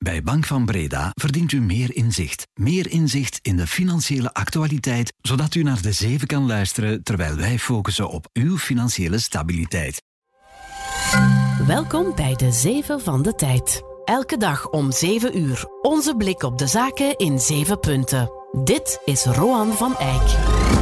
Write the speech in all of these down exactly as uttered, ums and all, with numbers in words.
Bij Bank van Breda verdient u meer inzicht. Meer inzicht in de financiële actualiteit, zodat u naar de zeven kan luisteren terwijl wij focussen op uw financiële stabiliteit. Welkom bij de zeven van de tijd. Elke dag om zeven uur. Onze blik op de zaken in zeven punten. Dit is Roan van Eyck.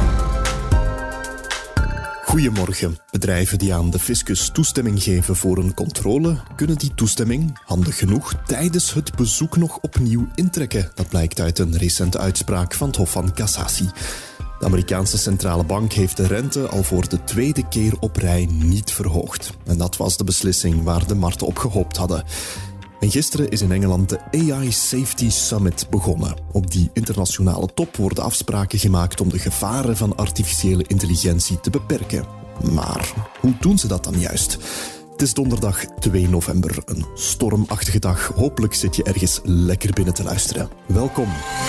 Goedemorgen. Bedrijven die aan de fiscus toestemming geven voor een controle, kunnen die toestemming, handig genoeg, tijdens het bezoek nog opnieuw intrekken. Dat blijkt uit een recente uitspraak van het Hof van Cassatie. De Amerikaanse centrale bank heeft de rente al voor de tweede keer op rij niet verhoogd. En dat was de beslissing waar de markten op gehoopt hadden. En gisteren is in Engeland de A I Safety Summit begonnen. Op die internationale top worden afspraken gemaakt om de gevaren van artificiële intelligentie te beperken. Maar hoe doen ze dat dan juist? Het is donderdag twee november, een stormachtige dag. Hopelijk zit je ergens lekker binnen te luisteren. Welkom.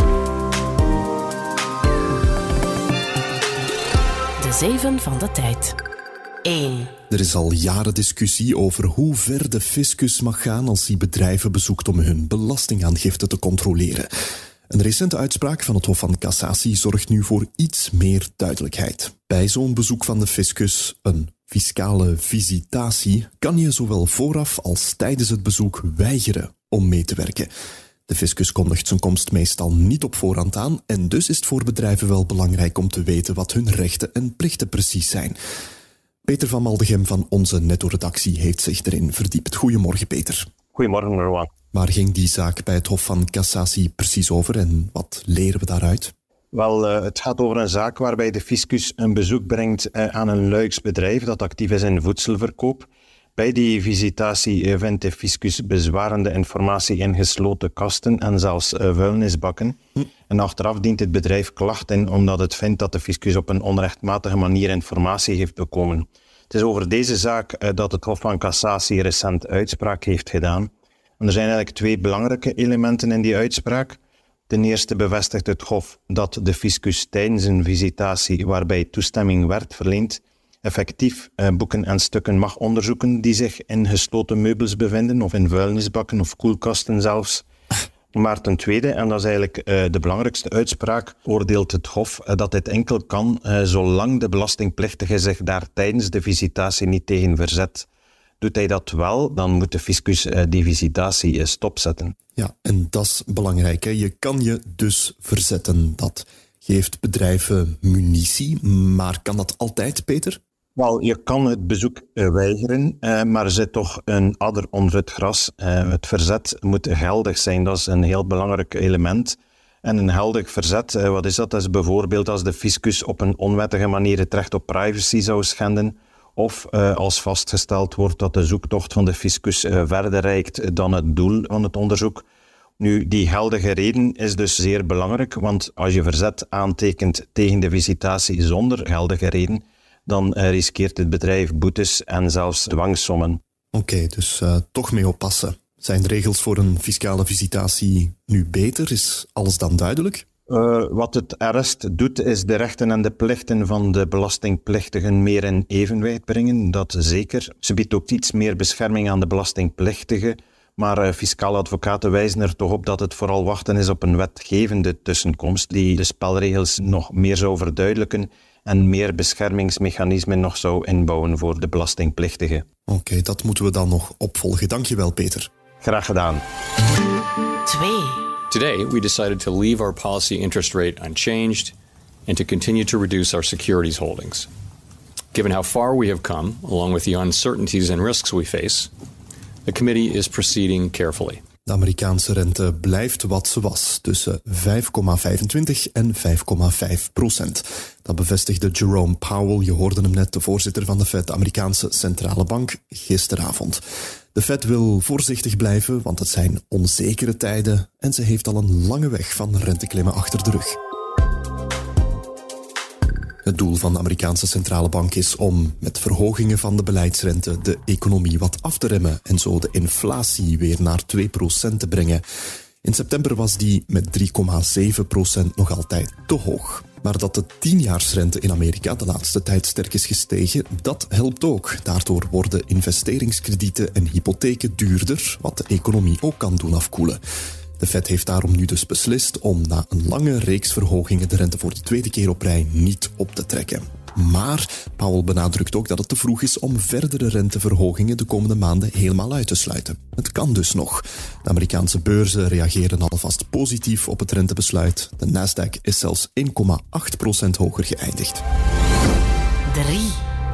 De zeven van de tijd. één. Er is al jaren discussie over hoe ver de fiscus mag gaan als hij bedrijven bezoekt om hun belastingaangifte te controleren. Een recente uitspraak van het Hof van Cassatie zorgt nu voor iets meer duidelijkheid. Bij zo'n bezoek van de fiscus, een fiscale visitatie, kan je zowel vooraf als tijdens het bezoek weigeren om mee te werken. De fiscus kondigt zijn komst meestal niet op voorhand aan en dus is het voor bedrijven wel belangrijk om te weten wat hun rechten en plichten precies zijn. Peter van Maldegem van onze Netto-redactie heeft zich erin verdiept. Goedemorgen, Peter. Goedemorgen, Rowan. Waar ging die zaak bij het Hof van Cassatie precies over en wat leren we daaruit? Wel, uh, het gaat over een zaak waarbij de fiscus een bezoek brengt uh, aan een Luiks bedrijf dat actief is in voedselverkoop. Bij die visitatie uh, vindt de fiscus bezwarende informatie in gesloten kasten en zelfs uh, vuilnisbakken. Hm. En achteraf dient het bedrijf klacht in omdat het vindt dat de fiscus op een onrechtmatige manier informatie heeft bekomen. Het is over deze zaak uh, dat het Hof van Cassatie recent uitspraak heeft gedaan. En er zijn eigenlijk twee belangrijke elementen in die uitspraak. Ten eerste bevestigt het Hof dat de fiscus tijdens een visitatie waarbij toestemming werd verleend, effectief uh, boeken en stukken mag onderzoeken die zich in gesloten meubels bevinden of in vuilnisbakken of koelkasten zelfs. Maar ten tweede, en dat is eigenlijk uh, de belangrijkste uitspraak, oordeelt het Hof uh, dat dit enkel kan uh, zolang de belastingplichtige zich daar tijdens de visitatie niet tegen verzet. Doet hij dat wel, dan moet de fiscus uh, die visitatie uh, stopzetten. Ja, en dat is belangrijk. Hè? Je kan je dus verzetten. Dat geeft bedrijven munitie, maar kan dat altijd, Peter? Wel, je kan het bezoek uh, weigeren, uh, maar er zit toch een adder onder het gras. Uh, het verzet moet geldig zijn, dat is een heel belangrijk element. En een geldig verzet, uh, wat is dat? Dat is bijvoorbeeld als de fiscus op een onwettige manier het recht op privacy zou schenden, of uh, als vastgesteld wordt dat de zoektocht van de fiscus uh, verder reikt dan het doel van het onderzoek. Nu, die geldige reden is dus zeer belangrijk, want als je verzet aantekent tegen de visitatie zonder geldige reden, dan uh, riskeert het bedrijf boetes en zelfs dwangsommen. Oké, okay, dus uh, toch mee oppassen. Zijn de regels voor een fiscale visitatie nu beter? Is alles dan duidelijk? Uh, wat het arrest doet, is de rechten en de plichten van de belastingplichtigen meer in evenwicht brengen. Dat zeker. Ze biedt ook iets meer bescherming aan de belastingplichtigen. Maar uh, fiscale advocaten wijzen er toch op dat het vooral wachten is op een wetgevende tussenkomst die de spelregels nog meer zou verduidelijken en meer beschermingsmechanismen nog zou inbouwen voor de belastingplichtigen. Oké, okay, dat moeten we dan nog opvolgen. Dankjewel, Peter. Graag gedaan. twee. Today, we decided to leave our policy interest rate unchanged and to continue to reduce our securities holdings. Given how far we have come, along with the uncertainties and risks we face, the committee is proceeding carefully. De Amerikaanse rente blijft wat ze was, tussen vijf komma vijfentwintig en vijf komma vijf procent. Dat bevestigde Jerome Powell, je hoorde hem net, de voorzitter van de Fed, de Amerikaanse centrale bank, gisteravond. De Fed wil voorzichtig blijven, want het zijn onzekere tijden en ze heeft al een lange weg van renteklimmen achter de rug. Het doel van de Amerikaanse centrale bank is om met verhogingen van de beleidsrente de economie wat af te remmen en zo de inflatie weer naar twee procent te brengen. In september was die met drie komma zeven procent nog altijd te hoog. Maar dat de tienjaarsrente in Amerika de laatste tijd sterk is gestegen, dat helpt ook. Daardoor worden investeringskredieten en hypotheken duurder, wat de economie ook kan doen afkoelen. De Fed heeft daarom nu dus beslist om na een lange reeks verhogingen de rente voor de tweede keer op rij niet op te trekken. Maar Powell benadrukt ook dat het te vroeg is om verdere renteverhogingen de komende maanden helemaal uit te sluiten. Het kan dus nog. De Amerikaanse beurzen reageren alvast positief op het rentebesluit. De Nasdaq is zelfs één komma acht procent hoger geëindigd. drie.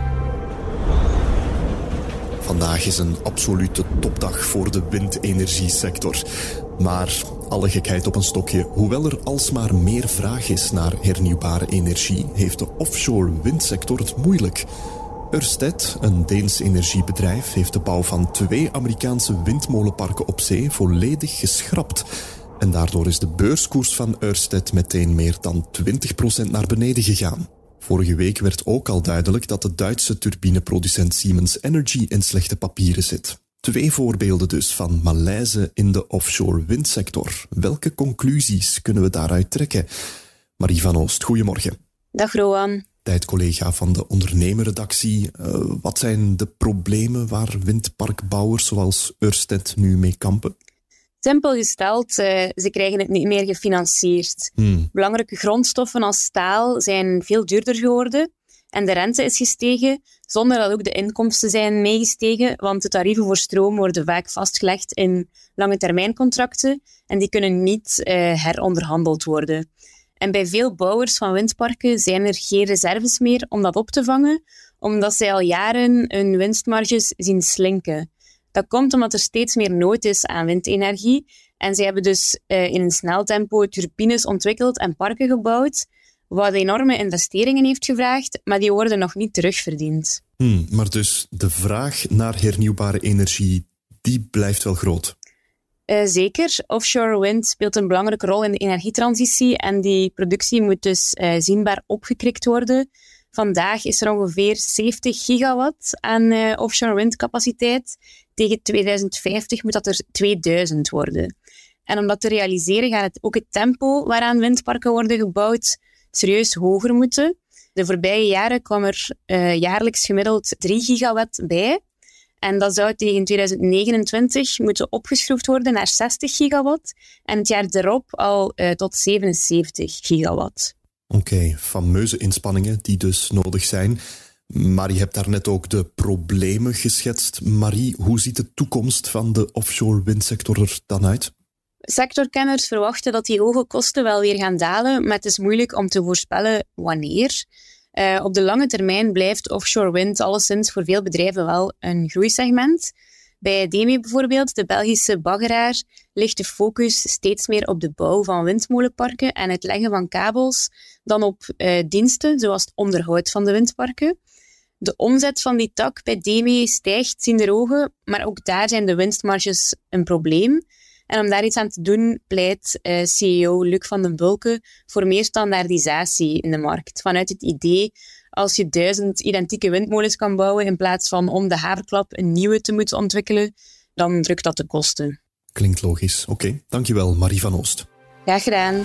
Vandaag is een absolute topdag voor de windenergiesector. Maar alle gekheid op een stokje, hoewel er alsmaar meer vraag is naar hernieuwbare energie, heeft de offshore windsector het moeilijk. Ørsted, een Deens energiebedrijf, heeft de bouw van twee Amerikaanse windmolenparken op zee volledig geschrapt. En daardoor is de beurskoers van Ørsted meteen meer dan twintig procent naar beneden gegaan. Vorige week werd ook al duidelijk dat de Duitse turbineproducent Siemens Energy in slechte papieren zit. Twee voorbeelden dus van malaise in de offshore windsector. Welke conclusies kunnen we daaruit trekken? Marie van Oost, goedemorgen. Dag Rowan. Tijdcollega van de ondernemerredactie. Uh, wat zijn de problemen waar windparkbouwers zoals Ørsted nu mee kampen? Simpel gesteld, uh, ze krijgen het niet meer gefinancierd. Hmm. Belangrijke grondstoffen als staal zijn veel duurder geworden en de rente is gestegen, zonder dat ook de inkomsten zijn meegestegen, want de tarieven voor stroom worden vaak vastgelegd in lange termijncontracten en die kunnen niet uh, heronderhandeld worden. En bij veel bouwers van windparken zijn er geen reserves meer om dat op te vangen, omdat zij al jaren hun winstmarges zien slinken. Dat komt omdat er steeds meer nood is aan windenergie en zij hebben dus uh, in een snel tempo turbines ontwikkeld en parken gebouwd, wat enorme investeringen heeft gevraagd, maar die worden nog niet terugverdiend. Hmm, maar dus de vraag naar hernieuwbare energie, die blijft wel groot? Uh, zeker. Offshore wind speelt een belangrijke rol in de energietransitie en die productie moet dus uh, zienbaar opgekrikt worden. Vandaag is er ongeveer zeventig gigawatt aan uh, offshore windcapaciteit. Tegen tweeduizend vijftig moet dat er tweeduizend worden. En om dat te realiseren gaat het ook het tempo waaraan windparken worden gebouwd serieus hoger moeten. De voorbije jaren kwam er uh, jaarlijks gemiddeld drie gigawatt bij. En dat zou tegen tweeduizend negenentwintig moeten opgeschroefd worden naar zestig gigawatt. En het jaar erop al uh, tot zevenenzeventig gigawatt. Oké, okay, fameuze inspanningen die dus nodig zijn. Maar je hebt daarnet ook de problemen geschetst. Marie, hoe ziet de toekomst van de offshore windsector er dan uit? Sectorkenners verwachten dat die hoge kosten wel weer gaan dalen, maar het is moeilijk om te voorspellen wanneer. Uh, op de lange termijn blijft offshore wind alleszins voor veel bedrijven wel een groeisegment. Bij D E M E bijvoorbeeld, de Belgische baggeraar, ligt de focus steeds meer op de bouw van windmolenparken en het leggen van kabels dan op uh, diensten, zoals het onderhoud van de windparken. De omzet van die tak bij D E M E stijgt ziender ogen, maar ook daar zijn de winstmarges een probleem. En om daar iets aan te doen, pleit uh, C E O Luc van den Bulke voor meer standaardisatie in de markt. Vanuit het idee, als je duizend identieke windmolens kan bouwen in plaats van om de haverklap een nieuwe te moeten ontwikkelen, dan drukt dat de kosten. Klinkt logisch. Oké, okay, dankjewel Marie van Oost. Graag gedaan.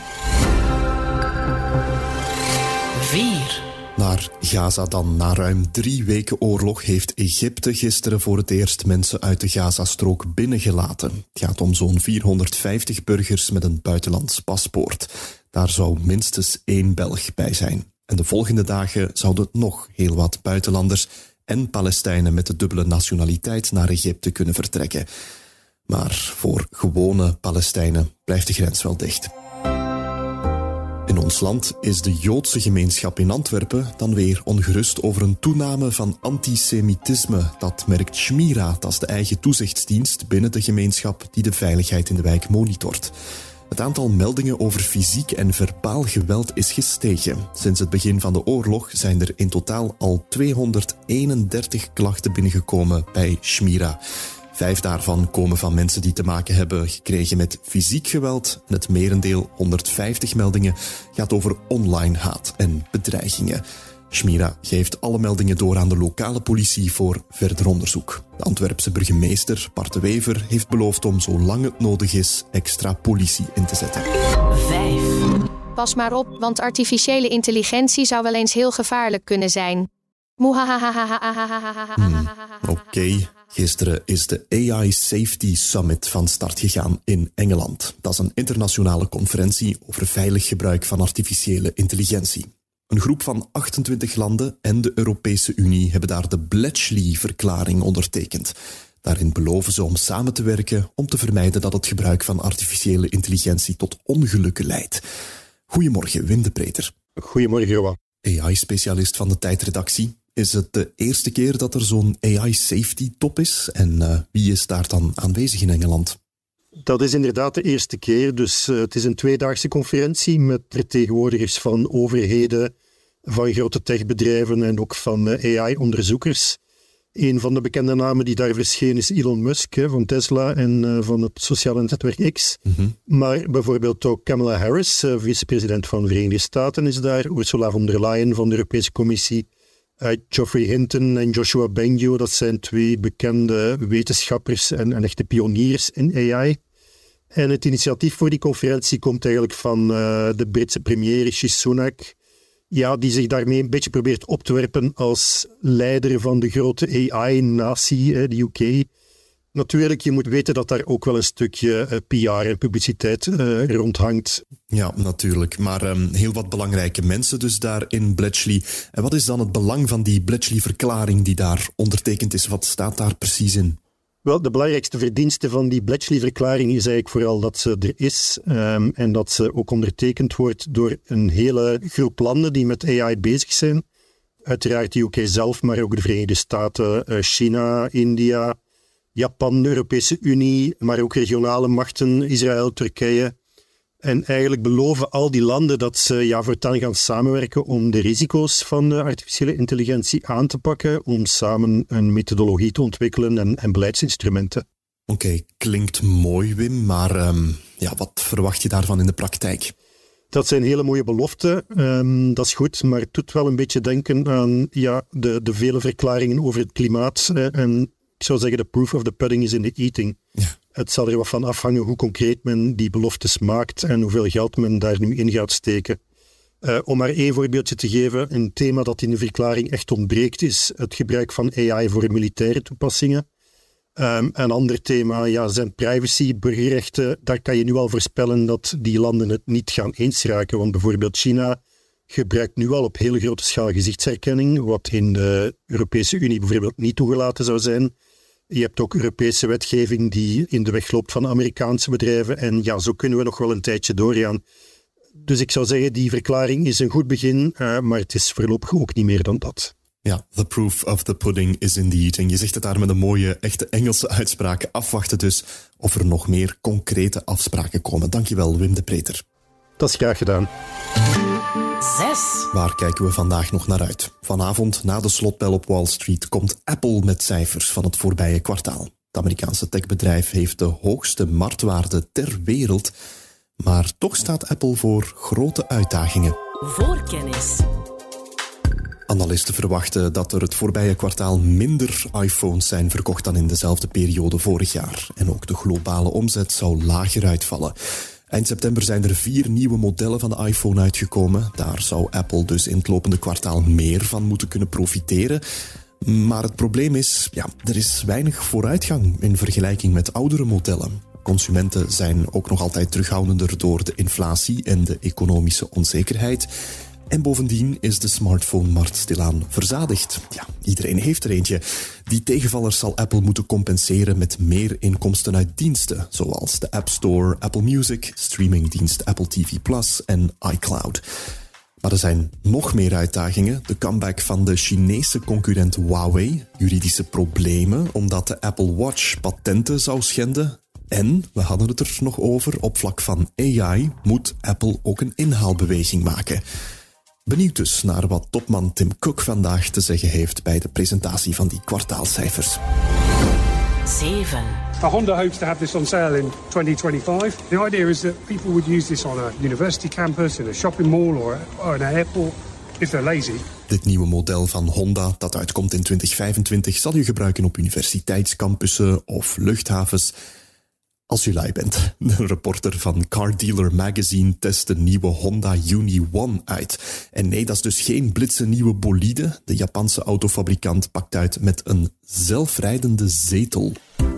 vier. Naar Gaza dan. Na ruim drie weken oorlog heeft Egypte gisteren voor het eerst mensen uit de Gazastrook binnengelaten. Het gaat om zo'n vierhonderdvijftig burgers met een buitenlands paspoort. Daar zou minstens één Belg bij zijn. En de volgende dagen zouden nog heel wat buitenlanders en Palestijnen met de dubbele nationaliteit naar Egypte kunnen vertrekken. Maar voor gewone Palestijnen blijft de grens wel dicht. In ons land is de Joodse gemeenschap in Antwerpen dan weer ongerust over een toename van antisemitisme. Dat merkt Shmira, dat is de eigen toezichtsdienst binnen de gemeenschap die de veiligheid in de wijk monitort. Het aantal meldingen over fysiek en verbaal geweld is gestegen. Sinds het begin van de oorlog zijn er in totaal al tweehonderdeenendertig klachten binnengekomen bij Shmira. Vijf daarvan komen van mensen die te maken hebben gekregen met fysiek geweld. En het merendeel, honderdvijftig meldingen, gaat over online haat en bedreigingen. Shmira geeft alle meldingen door aan de lokale politie voor verder onderzoek. De Antwerpse burgemeester Bart de Wever heeft beloofd om zolang het nodig is extra politie in te zetten. vijf. pas maar op, want artificiële intelligentie zou wel eens heel gevaarlijk kunnen zijn. Hmm, Oké, okay. Gisteren is de A I Safety Summit van start gegaan in Engeland. Dat is een internationale conferentie over veilig gebruik van artificiële intelligentie. Een groep van achtentwintig landen en de Europese Unie hebben daar de Bletchley-verklaring ondertekend. Daarin beloven ze om samen te werken om te vermijden dat het gebruik van artificiële intelligentie tot ongelukken leidt. Goedemorgen, Wim de Preter. Goedemorgen, Johan. A I-specialist van de Tijdredactie. Is het de eerste keer dat er zo'n A I-safety-top is? En uh, wie is daar dan aanwezig in Engeland? Dat is inderdaad de eerste keer. Dus uh, het is een tweedaagse conferentie met vertegenwoordigers van overheden, van grote techbedrijven en ook van uh, A I-onderzoekers. Een van de bekende namen die daar verscheen is Elon Musk hè, van Tesla en uh, van het sociale netwerk X. Mm-hmm. Maar bijvoorbeeld ook Kamala Harris, uh, vicepresident van de Verenigde Staten, is daar. Ursula von der Leyen van de Europese Commissie. Uh, Geoffrey Hinton en Joshua Bengio, dat zijn twee bekende wetenschappers en, en echte pioniers in A I. En het initiatief voor die conferentie komt eigenlijk van uh, de Britse premier Rishi Sunak. Ja, die zich daarmee een beetje probeert op te werpen als leider van de grote A I-natie, de U K. Natuurlijk, je moet weten dat daar ook wel een stukje uh, P R en publiciteit uh, rondhangt. Ja, natuurlijk. Maar um, heel wat belangrijke mensen dus daar in Bletchley. En wat is dan het belang van die Bletchley-verklaring die daar ondertekend is? Wat staat daar precies in? Wel, de belangrijkste verdienste van die Bletchley-verklaring is eigenlijk vooral dat ze er is um, en dat ze ook ondertekend wordt door een hele groep landen die met A I bezig zijn. Uiteraard de U K zelf, maar ook de Verenigde Staten, uh, China, India, Japan, de Europese Unie, maar ook regionale machten, Israël, Turkije. En eigenlijk beloven al die landen dat ze ja, voortaan gaan samenwerken om de risico's van de artificiële intelligentie aan te pakken, om samen een methodologie te ontwikkelen en, en beleidsinstrumenten. Oké, okay, klinkt mooi, Wim, maar um, ja, wat verwacht je daarvan in de praktijk? Dat zijn hele mooie beloften, um, dat is goed, maar het doet wel een beetje denken aan ja, de, de vele verklaringen over het klimaat. Uh, en ik zou zeggen, de proof of the pudding is in the eating. Ja. Het zal er wat van afhangen hoe concreet men die beloftes maakt en hoeveel geld men daar nu in gaat steken. Uh, om maar één voorbeeldje te geven, een thema dat in de verklaring echt ontbreekt is het gebruik van A I voor militaire toepassingen. Um, een ander thema ja, zijn privacy, burgerrechten. Daar kan je nu al voorspellen dat die landen het niet gaan eens raken. Want bijvoorbeeld China gebruikt nu al op hele grote schaal gezichtsherkenning, wat in de Europese Unie bijvoorbeeld niet toegelaten zou zijn. Je hebt ook Europese wetgeving die in de weg loopt van Amerikaanse bedrijven. En ja, zo kunnen we nog wel een tijdje doorgaan. Dus ik zou zeggen, die verklaring is een goed begin, uh, maar het is voorlopig ook niet meer dan dat. Ja, the proof of the pudding is in the eating. Je zegt het daar met een mooie, echte Engelse uitspraak. Afwachten dus of er nog meer concrete afspraken komen. Dankjewel, Wim de Preter. Dat is graag gedaan. Zes. Waar kijken we vandaag nog naar uit? Vanavond, na de slotbel op Wall Street, komt Apple met cijfers van het voorbije kwartaal. Het Amerikaanse techbedrijf heeft de hoogste marktwaarde ter wereld. Maar toch staat Apple voor grote uitdagingen. Voorkennis. Analisten verwachten dat er het voorbije kwartaal minder iPhones zijn verkocht dan in dezelfde periode vorig jaar. En ook de globale omzet zou lager uitvallen. Eind september zijn er vier nieuwe modellen van de iPhone uitgekomen. Daar zou Apple dus in het lopende kwartaal meer van moeten kunnen profiteren. Maar het probleem is, ja, er is weinig vooruitgang in vergelijking met oudere modellen. Consumenten zijn ook nog altijd terughoudender door de inflatie en de economische onzekerheid. En bovendien is de smartphone-markt stilaan verzadigd. Ja, iedereen heeft er eentje. Die tegenvallers zal Apple moeten compenseren met meer inkomsten uit diensten, zoals de App Store, Apple Music, streamingdienst Apple T V Plus en iCloud. Maar er zijn nog meer uitdagingen. De comeback van de Chinese concurrent Huawei, juridische problemen omdat de Apple Watch patenten zou schenden. En, we hadden het er nog over, op vlak van A I moet Apple ook een inhaalbeweging maken. Benieuwd dus naar wat topman Tim Cook vandaag te zeggen heeft bij de presentatie van die kwartaalcijfers. zeven. Honda hopes to have this on sale in twenty twenty-five. The idea is that people would use this on a university campus, in a shopping mall or an airport if they're lazy. Dit nieuwe model van Honda, dat uitkomt in twintig vijfentwintig, zal je gebruiken op universiteitscampussen of luchthavens. Als u lui bent, de reporter van Car Dealer Magazine test de nieuwe Honda Uni One uit. En nee, dat is dus geen blitse nieuwe bolide. De Japanse autofabrikant pakt uit met een zelfrijdende zetel.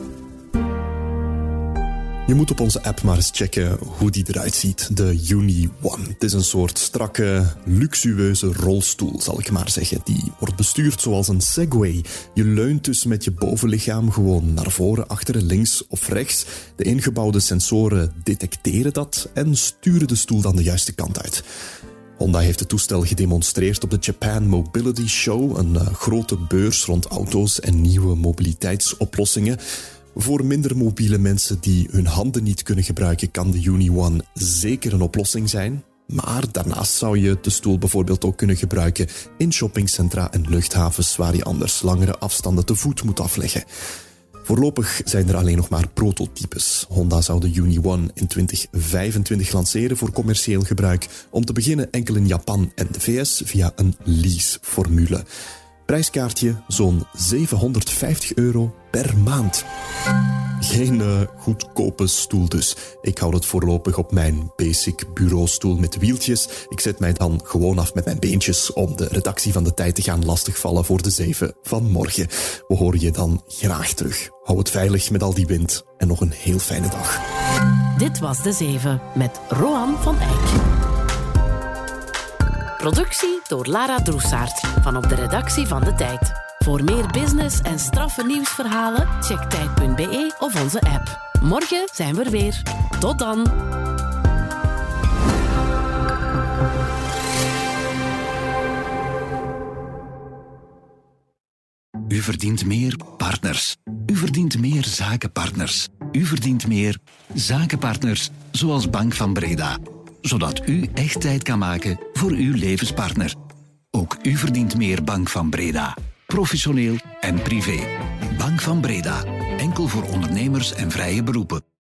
Je moet op onze app maar eens checken hoe die eruit ziet, de Uni One. Het is een soort strakke, luxueuze rolstoel, zal ik maar zeggen. Die wordt bestuurd zoals een Segway. Je leunt dus met je bovenlichaam gewoon naar voren, achteren, links of rechts. De ingebouwde sensoren detecteren dat en sturen de stoel dan de juiste kant uit. Honda heeft het toestel gedemonstreerd op de Japan Mobility Show, een uh, grote beurs rond auto's en nieuwe mobiliteitsoplossingen. Voor minder mobiele mensen die hun handen niet kunnen gebruiken, kan de Uni One zeker een oplossing zijn. Maar daarnaast zou je de stoel bijvoorbeeld ook kunnen gebruiken in shoppingcentra en luchthavens waar je anders langere afstanden te voet moet afleggen. Voorlopig zijn er alleen nog maar prototypes. Honda zou de Uni One in twintig vijfentwintig lanceren voor commercieel gebruik. Om te beginnen enkel in Japan en de V S via een leaseformule. Prijskaartje zo'n zevenhonderdvijftig euro per maand. Geen uh, goedkope stoel dus. Ik hou het voorlopig op mijn basic bureaustoel met wieltjes. Ik zet mij dan gewoon af met mijn beentjes om de redactie van De Tijd te gaan lastigvallen voor de zeven van morgen. We horen je dan graag terug. Hou het veilig met al die wind en nog een heel fijne dag. Dit was De Zeven met Roan van Eyck. Productie door Lara Droesaert van op de redactie van De Tijd. Voor meer business en straffe nieuwsverhalen, check tijd punt b e of onze app. Morgen zijn we er weer. Tot dan! U verdient meer partners. U verdient meer zakenpartners. U verdient meer zakenpartners, zoals Bank van Breda. Zodat u echt tijd kan maken voor uw levenspartner. Ook u verdient meer Bank van Breda. Professioneel en privé. Bank van Breda. Enkel voor ondernemers en vrije beroepen.